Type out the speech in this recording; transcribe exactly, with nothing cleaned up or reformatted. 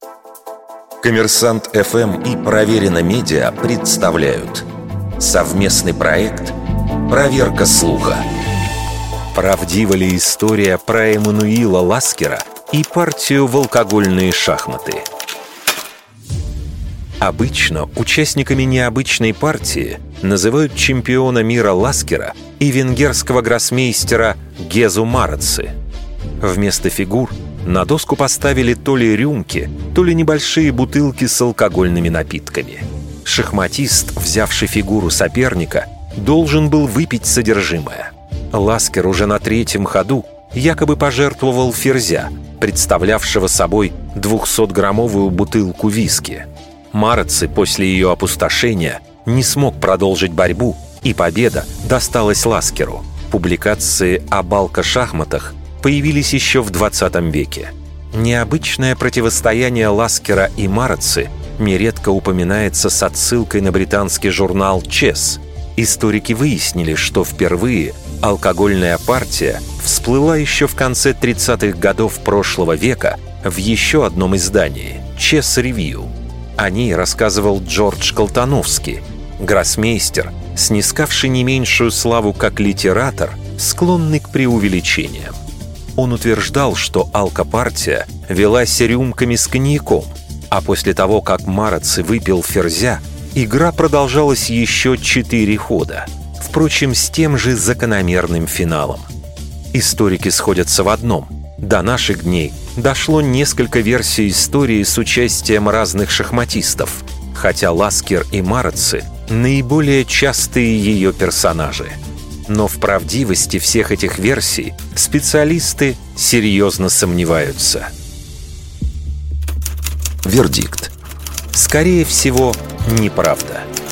Коммерсант эф эм и Проверено Медиа представляют совместный проект «Проверка слуха». Правдива ли история про Эммануила Ласкера и партию в алкогольные шахматы? Обычно участниками необычной партии называют чемпиона мира Ласкера и венгерского гроссмейстера Гезу Мараци. Вместо фигур на доску поставили то ли рюмки, то ли небольшие бутылки с алкогольными напитками. Шахматист, взявший фигуру соперника, должен был выпить содержимое. Ласкер уже на третьем ходу якобы пожертвовал ферзя, представлявшего собой двухсотграммовую бутылку виски. Мараци после ее опустошения не смог продолжить борьбу, и победа досталась Ласкеру. Публикации о балко-шахматах появились еще в двадцатом веке. Необычное противостояние Ласкера и Мараци нередко упоминается с отсылкой на британский журнал «Чес». Историки выяснили, что впервые алкогольная партия всплыла еще в конце тридцатых годов прошлого века в еще одном издании «Чес Ревью». О ней рассказывал Джордж Колтановский, гроссмейстер, снискавший не меньшую славу как литератор, склонный к преувеличениям. Он утверждал, что алкопартия велась рюмками с коньяком, а после того, как Мараци выпил ферзя, игра продолжалась еще четыре хода, впрочем, с тем же закономерным финалом. Историки сходятся в одном: до наших дней дошло несколько версий истории с участием разных шахматистов, хотя Ласкер и Мараци – наиболее частые ее персонажи. Но в правдивости всех этих версий специалисты серьезно сомневаются. Вердикт. Скорее всего, неправда.